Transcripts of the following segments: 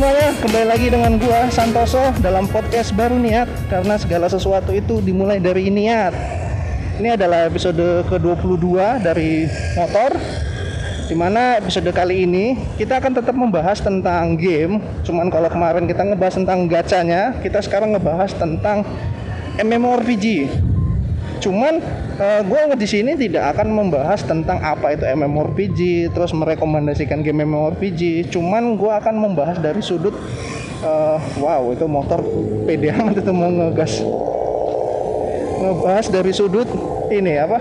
semuanya, kembali lagi dengan gua Santoso dalam podcast baru Niat, karena segala sesuatu itu dimulai dari niat. Ini adalah episode ke-22 dari motor, dimana episode kali ini kita akan tetap membahas tentang game. Cuman kalau kemarin kita ngebahas tentang gacanya, kita sekarang ngebahas tentang MMORPG. Cuman gue di sini tidak akan membahas tentang apa itu MMORPG, terus merekomendasikan game MMORPG. Cuman gue akan membahas dari sudut wow, itu motor pede amat itu mau ngegas. Ngebahas dari sudut ini apa?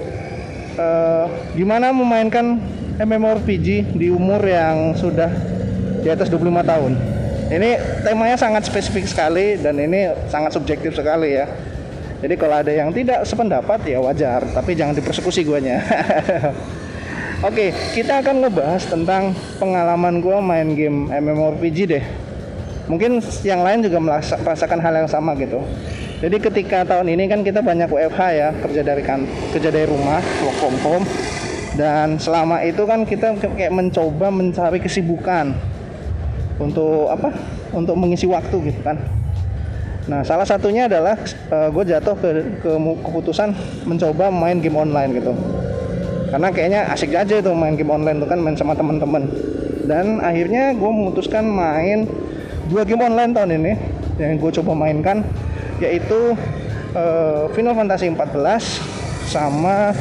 Gimana memainkan MMORPG di umur yang sudah di atas 25 tahun. Ini temanya sangat spesifik sekali dan ini sangat subjektif sekali ya. Jadi kalau ada yang tidak sependapat ya wajar, tapi jangan dipersekusi guanya. Oke, kita akan ngebahas tentang pengalaman gua main game MMORPG deh. Mungkin yang lain juga merasakan hal yang sama gitu. Jadi ketika tahun ini kan kita banyak WFH ya, kerja dari rumah, work from home. Dan selama itu kan kita kayak mencoba mencari kesibukan untuk apa? Untuk mengisi waktu gitu kan. Nah, salah satunya adalah gue jatuh ke keputusan mencoba main game online gitu. Karena kayaknya asik aja itu main game online tuh kan, main sama teman-teman. Dan akhirnya gue memutuskan main 2 game online tahun ini yang gue coba mainkan, yaitu Final Fantasy 14 sama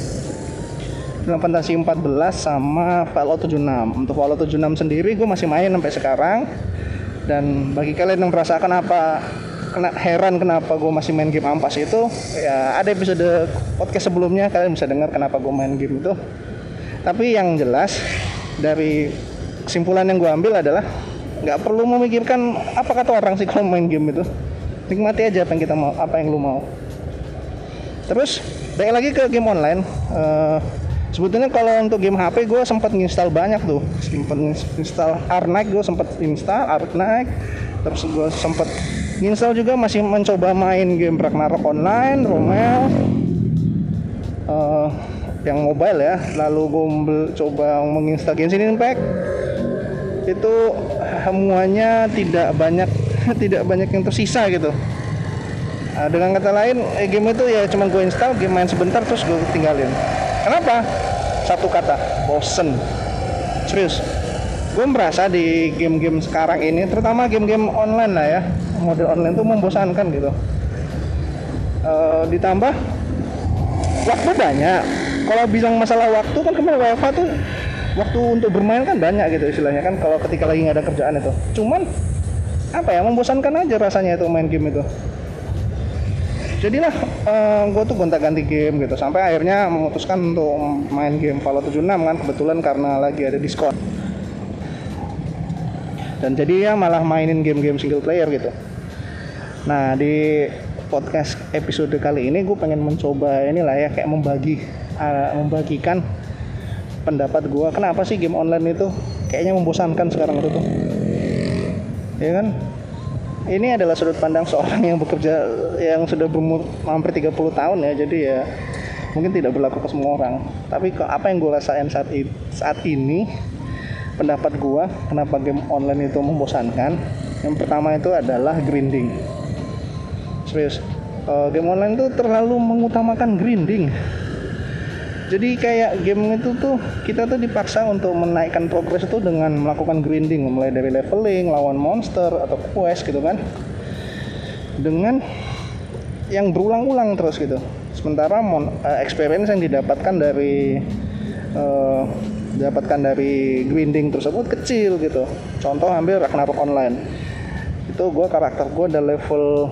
Fallout 76. Untuk Fallout 76 sendiri gue masih main sampai sekarang. Dan bagi kalian yang merasakan heran kenapa gue masih main game ampas itu, ya ada episode podcast sebelumnya kalian bisa dengar kenapa gue main game itu. Tapi yang jelas dari kesimpulan yang gue ambil adalah nggak perlu memikirkan apa kata orang sih kalau main game itu. Nikmati aja apa yang kita mau, apa yang lu mau. Terus balik lagi ke game online. Sebetulnya kalau untuk game HP gue sempat nginstal banyak tuh. Install Arknight, gue sempat install Arknight. Terus gue sempat nginstal juga, masih mencoba main game Ragnarok Online, Romel, yang mobile ya. Lalu gue coba menginstal Genshin Impact. Itu semuanya tidak banyak yang tersisa gitu. Dengan kata lain, game itu ya cuma gue install, game main sebentar terus gue tinggalin. Kenapa? Satu kata, bosen. Serius, gue merasa di game-game sekarang ini, terutama game-game online lah ya, model online tuh membosankan gitu. Ditambah waktu banyak. Kalau bilang masalah waktu kan kemarin WFH tuh waktu untuk bermain kan banyak gitu istilahnya kan, kalau ketika lagi nggak ada kerjaan itu. Cuman apa ya, membosankan aja rasanya itu main game itu. Jadilah gue tuh gonta-ganti game gitu, sampai akhirnya memutuskan untuk main game Fallout 76 kan, kebetulan karena lagi ada diskon. Dan jadi ya malah mainin game-game single player gitu. Nah, di podcast episode kali ini gue pengen mencoba inilah ya, kayak membagikan pendapat gue kenapa sih game online itu kayaknya membosankan sekarang itu tuh. Ya kan? Ini adalah sudut pandang seorang yang bekerja yang sudah berumur hampir 30 tahun ya. Jadi ya mungkin tidak berlaku ke semua orang. Tapi apa yang gue rasain saat ini, pendapat gue kenapa game online itu membosankan. Yang pertama itu adalah grinding. Serius, game online itu terlalu mengutamakan grinding. Jadi kayak game itu tuh kita tuh dipaksa untuk menaikkan progres itu dengan melakukan grinding, mulai dari leveling, lawan monster atau quest gitu kan, dengan yang berulang-ulang terus gitu. Sementara experience yang didapatkan dari grinding tersebut kecil gitu. Contoh ambil Ragnarok Online, itu karakter gue ada level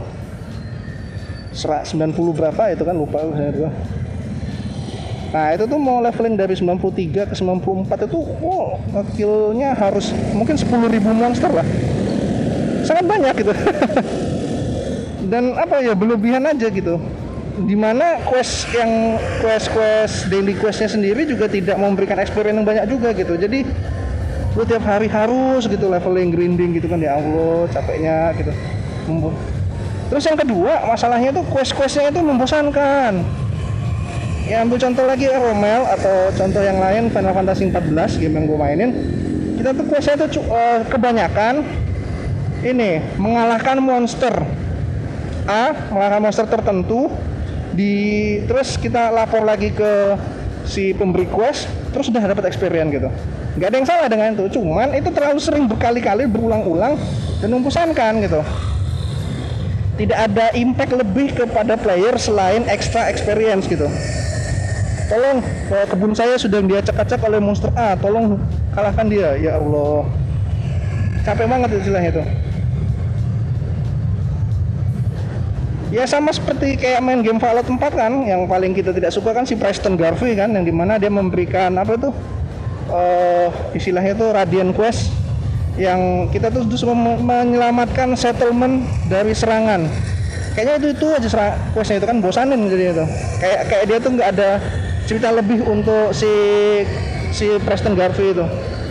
90 berapa itu kan, lupa gue. Nah itu tuh mau leveling dari 93 ke 94 itu ngekillnya harus mungkin 10.000 monster lah. Sangat banyak gitu. Dan apa ya, berlebihan aja gitu. Dimana quest daily questnya sendiri juga tidak memberikan experience yang banyak juga gitu. Jadi lu tiap hari harus gitu leveling, grinding gitu kan, ya Allah capeknya gitu. Terus yang kedua masalahnya tuh quest-questnya itu membosankan. Ya ambil contoh lagi ya, Romel atau contoh yang lain Final Fantasy 14 game yang gue mainin. kita tuh questnya tuh kebanyakan ini mengalahkan monster mengalahkan monster tertentu, terus kita lapor lagi ke si pemberi quest, terus udah dapat experience gitu. Nggak ada yang salah dengan itu, cuman itu terlalu sering berkali-kali berulang-ulang dan membosankan gitu. Tidak ada impact lebih kepada player selain extra experience gitu. Tolong, kebun saya sudah diacak-acak oleh monster A, tolong kalahkan dia. Ya Allah, capek banget istilahnya itu. Ya sama seperti kayak main game Fallout 4 kan, yang paling kita tidak suka kan si Preston Garvey kan, yang dimana dia memberikan apa tuh istilahnya itu Radiant Quest, yang kita tuh menyelamatkan settlement dari serangan. Kayaknya itu aja questnya itu kan, bosanin jadi itu. Kayak dia tuh nggak ada cerita lebih untuk si Preston Garvey itu.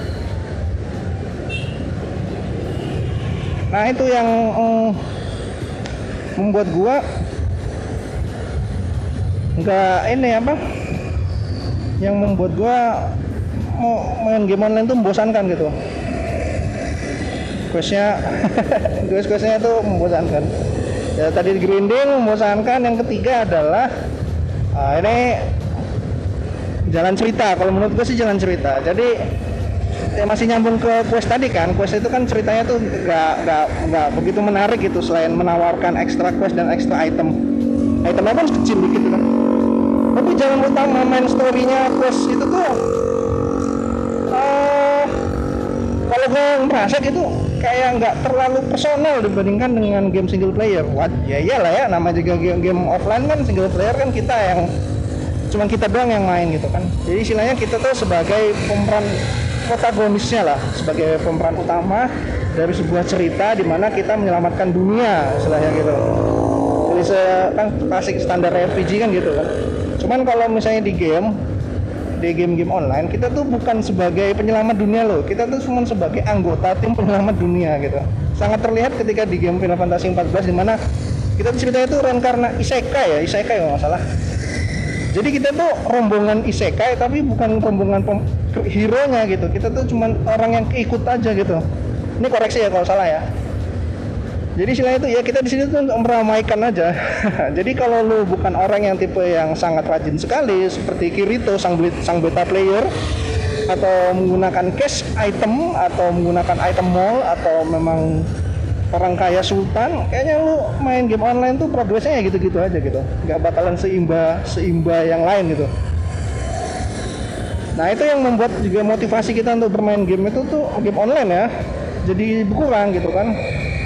Nah itu yang membuat gua nggak ini apa, yang membuat gua mau main game online tuh membosankan gitu. Questnya itu membosankan. Ya tadi grinding membosankan. Yang ketiga adalah ini jalan cerita. Kalau menurut gue sih jalan cerita. Jadi masih nyambung ke quest tadi kan. Quest itu kan ceritanya tuh nggak begitu menarik gitu, selain menawarkan extra quest dan extra item. Itemnya kan kecil dikit kan. Tapi jalan utama main story-nya quest itu tuh kalau gue merasa gitu kayak nggak terlalu personal dibandingkan dengan game single player. Ya iyalah ya, nama juga game offline kan, single player kan kita yang cuma kita doang yang main gitu kan. Jadi istilahnya kita tuh sebagai pemeran protagonisnya lah, sebagai pemeran utama dari sebuah cerita di mana kita menyelamatkan dunia istilahnya gitu. Jadi kan klasik standar RPG kan gitu kan. Cuman kalau misalnya di game online kita tuh bukan sebagai penyelamat dunia loh, kita tuh cuma sebagai anggota tim penyelamat dunia gitu. Sangat terlihat ketika di game Final Fantasy 14 di mana kita ceritanya tuh karena isekai kalau nggak salah. Jadi kita tuh rombongan isekai tapi bukan rombongan hero-nya gitu. Kita tuh cuma orang yang ikut aja gitu. Ini koreksi ya kalau salah ya. Jadi istilahnya itu ya kita di sini tuh untuk meramaikan aja. Jadi kalau lu bukan orang yang tipe yang sangat rajin sekali seperti Kirito sang beta player, atau menggunakan cash item, atau menggunakan item mall, atau memang orang kaya sultan, kayaknya lu main game online tuh progresnya ya gitu-gitu aja gitu. Nggak bakalan seimba yang lain gitu. Nah itu yang membuat juga motivasi kita untuk bermain game itu tuh game online ya. Jadi berkurang gitu kan.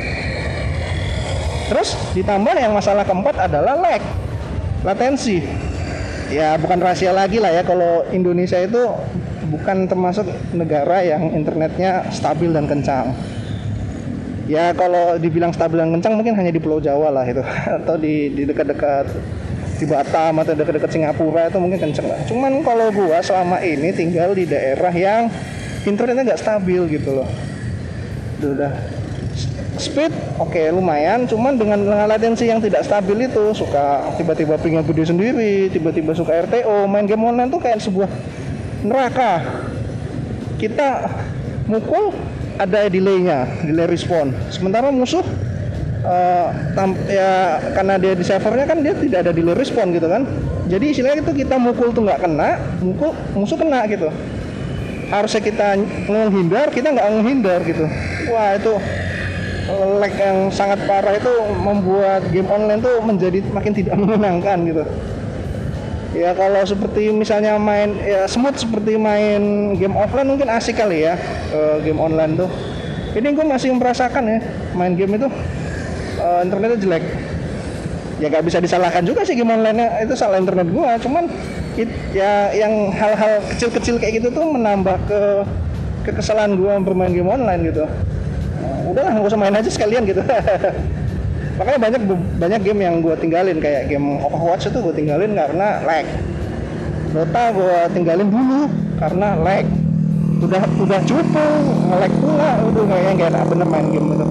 Terus ditambah yang masalah keempat adalah lag, latensi. Ya bukan rahasia lagi lah ya kalau Indonesia itu bukan termasuk negara yang internetnya stabil dan kencang. Ya kalau dibilang stabil dan kencang mungkin hanya di Pulau Jawa lah itu, atau di dekat-dekat di Batam atau dekat-dekat Singapura itu mungkin kencang lah. Cuman kalau gua selama ini tinggal di daerah yang internetnya nggak stabil gitu loh. Udah speed oke, lumayan, cuman dengan latensi yang tidak stabil itu, suka tiba-tiba pingnya gede sendiri, tiba-tiba suka RTO. Main game online tuh kayak sebuah neraka. Kita mukul ada delay respawn, sementara musuh ya karena dia di servernya kan dia tidak ada delay respawn gitu kan. Jadi istilahnya itu kita mukul tuh nggak kena, musuh kena gitu. Harusnya kita menghindar, kita nggak menghindar gitu. Wah itu lag yang sangat parah, itu membuat game online tuh menjadi makin tidak menyenangkan gitu. Ya kalau seperti misalnya main ya smooth seperti main game offline mungkin asik kali ya, game online tuh. Ini gue masih merasakan ya main game itu internetnya jelek. Ya gak bisa disalahkan juga sih game online-nya, itu salah internet gue. Cuman ya yang hal-hal kecil-kecil kayak gitu tuh menambah kekesalan gue bermain game online gitu. Udahlah nggak usah main aja sekalian gitu. Makanya banyak game yang gue tinggalin, kayak game Overwatch itu gue tinggalin karena lag. Dota gue tinggalin dulu karena lag. Udah cukup nge-lag pula, udah kayaknya nggak enak bener main game itu.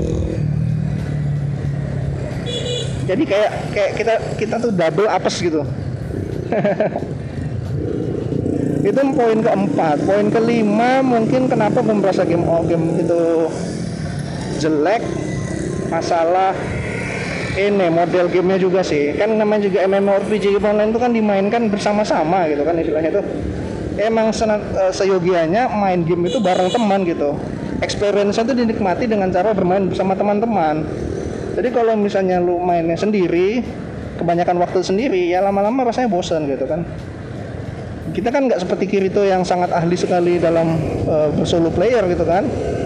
Jadi kayak kita tuh double apes gitu. Itu poin keempat. Poin kelima, mungkin kenapa gue merasa game itu jelek, masalah ini model gamenya juga sih. Kan namanya juga MMORPG game online itu kan dimainkan bersama-sama gitu kan istilahnya tuh. Emang seyogianya main game itu bareng teman gitu. Experience-nya itu dinikmati dengan cara bermain bersama teman-teman. Jadi kalau misalnya lu mainnya sendiri, kebanyakan waktu sendiri, ya lama-lama rasanya bosan gitu kan. Kita kan nggak seperti Kirito yang sangat ahli sekali dalam solo player gitu kan.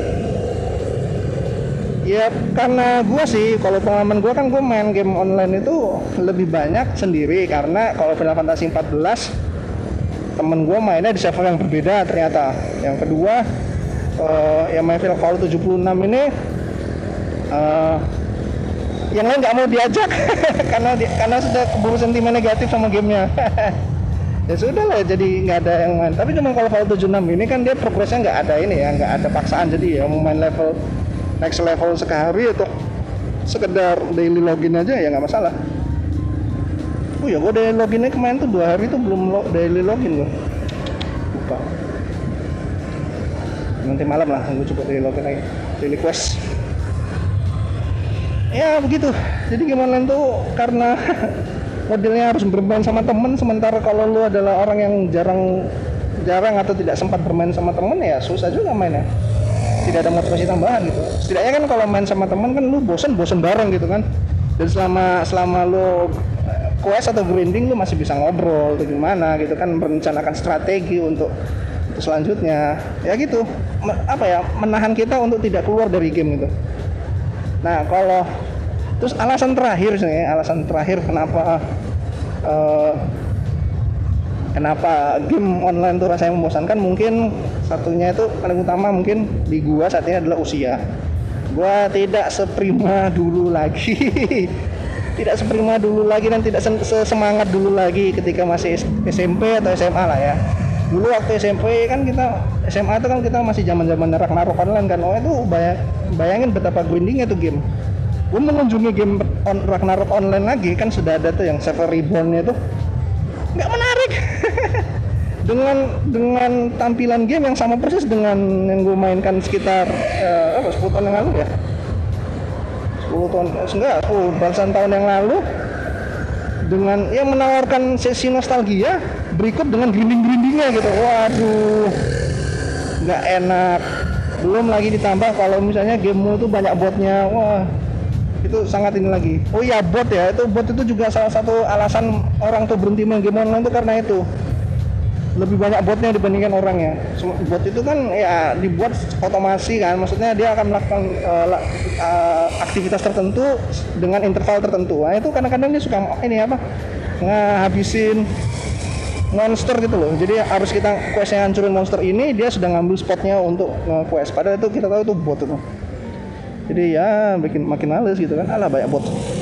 Ya karena gue sih, kalau pengalaman gue kan gue main game online itu lebih banyak sendiri. Karena kalau Final Fantasy 14 temen gue mainnya di server yang berbeda ternyata. Yang kedua yang main Final Fantasy 76 ini yang lain nggak mau diajak karena sudah keburu sentimen negatif sama gamenya. Ya sudah lah, jadi nggak ada yang main. Tapi cuma kalau Final 76 ini kan dia progresnya nggak ada ini ya, nggak ada paksaan. Jadi ya mau main level next level sekali atau sekedar daily login aja ya nggak masalah. Oh ya, gue daily loginnya kemarin tuh 2 hari tuh belum daily login gue. Lupa. Nanti malam lah gue coba daily login lagi, daily quest. Ya begitu. Jadi game online tuh karena modelnya harus bermain sama temen, sementara kalau lu adalah orang yang jarang atau tidak sempat bermain sama temen, ya susah juga mainnya. Tidak ada motivasi tambahan gitu. Setidaknya kan kalau main sama temen kan lu bosen bareng gitu kan. Dan selama lu quest atau grinding lu masih bisa ngobrol atau gimana gitu kan, merencanakan strategi untuk selanjutnya. Ya gitu. Menahan kita untuk tidak keluar dari game gitu. Nah, terus alasan terakhir kenapa game online tuh rasanya membosankan, mungkin satunya itu paling utama mungkin di gua saat ini adalah usia. Gua tidak seprima dulu lagi. Tidak seprima dulu lagi dan tidak sesemangat dulu lagi ketika masih SMP atau SMA lah ya. Dulu waktu SMP kan SMA itu kan kita masih zaman-zaman Ragnarok online kan. Oh itu bayangin betapa grindingnya tuh game. Gue mengunjungi game Ragnarok online lagi kan sudah ada tuh yang server reborn-nya tuh nggak menarik. dengan tampilan game yang sama persis dengan yang gue mainkan sekitar 10 tahun yang lalu ya. 10 belasan tahun yang lalu, dengan yang menawarkan sesi nostalgia berikut dengan grindingnya gitu. Waduh, nggak enak. Belum lagi ditambah kalau misalnya gamemu tuh banyak botnya, wah itu sangat ini lagi. Oh iya, bot itu juga salah satu alasan orang tuh berhenti main game online tuh karena itu. Lebih banyak botnya dibandingkan orangnya. Bot itu kan ya dibuat otomasi kan, maksudnya dia akan melakukan aktivitas tertentu dengan interval tertentu. Nah itu kadang-kadang dia suka ngabisin monster gitu loh. Jadi harus kita questnya hancurin monster ini, dia sudah ngambil spotnya untuk quest. Padahal itu kita tahu itu bot itu. Jadi ya makin males gitu kan, alah banyak bot.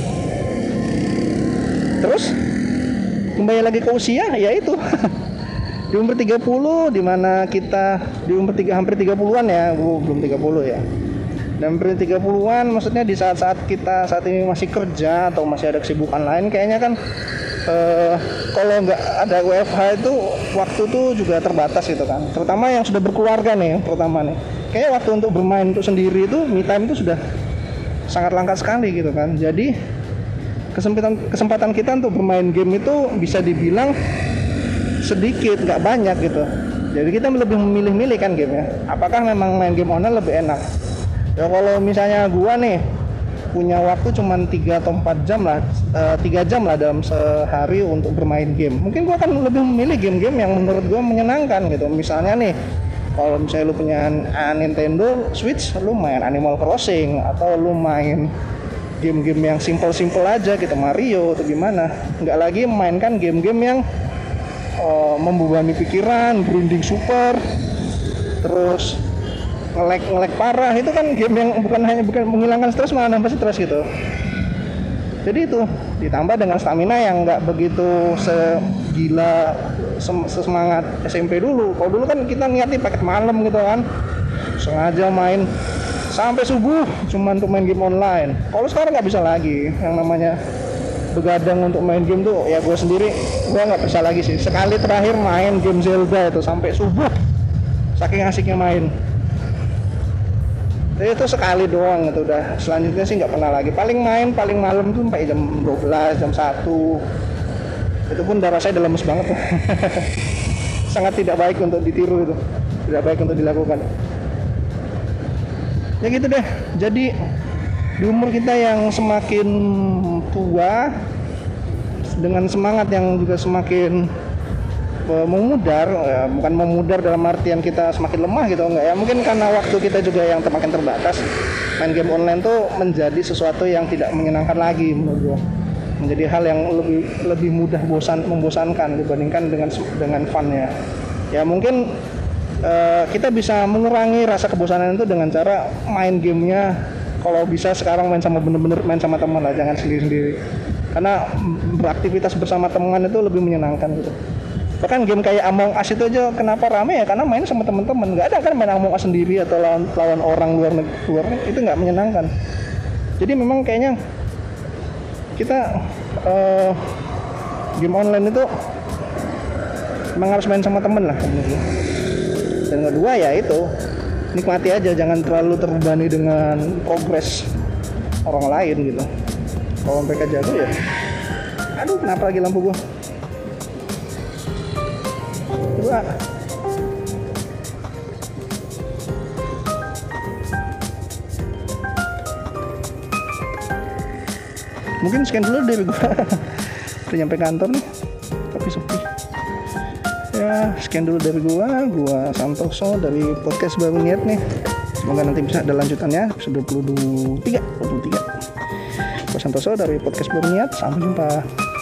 Terus kembali lagi ke usia, ya itu. Di umur 30, dimana kita di umur hampir 30-an ya, belum 30 ya. Dan hampir 30-an, maksudnya di saat-saat kita saat ini masih kerja atau masih ada kesibukan lain, kayaknya kan kalau nggak ada WFH itu waktu tuh juga terbatas gitu kan. Terutama yang sudah berkeluarga nih, pertama nih. Kayaknya waktu untuk bermain untuk sendiri itu, me time itu sudah sangat langka sekali gitu kan. Jadi kesempatan kita untuk bermain game itu bisa dibilang sedikit, nggak banyak gitu. Jadi kita lebih memilih-milih kan gamenya. Apakah memang main game online lebih enak? Ya kalau misalnya gua nih punya waktu cuma 3 atau 4 jam lah, 3 jam lah dalam sehari untuk bermain game, mungkin gua akan lebih memilih game-game yang menurut gua menyenangkan gitu. Misalnya nih, kalau misalnya lu punya Nintendo Switch, lu main Animal Crossing atau lu main game-game yang simple aja gitu, Mario atau gimana. Nggak lagi mainkan game-game yang membebani pikiran, grinding super, terus nge-lag parah. Itu kan game yang bukan menghilangkan stres, malah nambah stres gitu. Jadi itu ditambah dengan stamina yang nggak begitu segila semangat SMP dulu. Kalau dulu kan kita niatnya paket malam gitu kan, sengaja main sampai subuh cuma untuk main game online. Kalau sekarang nggak bisa lagi, yang namanya begadang untuk main game tuh ya gue sendiri, gue nggak bisa lagi sih. Sekali terakhir main game Zelda itu sampai subuh, saking asiknya main. Jadi itu sekali doang itu udah. Selanjutnya sih nggak pernah lagi. Paling malam tuh sampai jam 12, jam 1. Itu pun darah saya udah lemes banget tuh. Sangat tidak baik untuk ditiru itu. Tidak baik untuk dilakukan. Ya gitu deh. Jadi di umur kita yang semakin tua, dengan semangat yang juga semakin memudar, ya, bukan memudar dalam artian kita semakin lemah gitu, enggak ya, mungkin karena waktu kita juga yang semakin terbatas, main game online tuh menjadi sesuatu yang tidak menyenangkan lagi menurut gue, menjadi hal yang lebih mudah membosankan dibandingkan dengan fun-nya. Ya mungkin kita bisa mengurangi rasa kebosanan itu dengan cara main gamenya, kalau bisa sekarang bener-bener main sama teman lah, jangan sendiri-sendiri, karena beraktivitas bersama teman itu lebih menyenangkan gitu. Bahkan game kayak Among Us itu aja kenapa rame ya, karena main sama teman-teman. Nggak ada kan main Among Us sendiri atau lawan orang luar itu nggak menyenangkan. Jadi memang kayaknya kita game online itu memang harus main sama temen lah. Dan kedua ya itu, nikmati aja, jangan terlalu terbebani dengan progres orang lain gitu. Kalau mereka jago ya, aduh kenapa lagi lampu gua? Coba. Mungkin sekian dulu dari gua. Udah nyampe kantor nih, tapi sepi. Ya sekian dulu dari gua Santoso dari podcast Baru Niat nih. Semoga nanti bisa ada lanjutannya episode 23. Gua Santoso dari podcast Baru Niat. Sampai jumpa.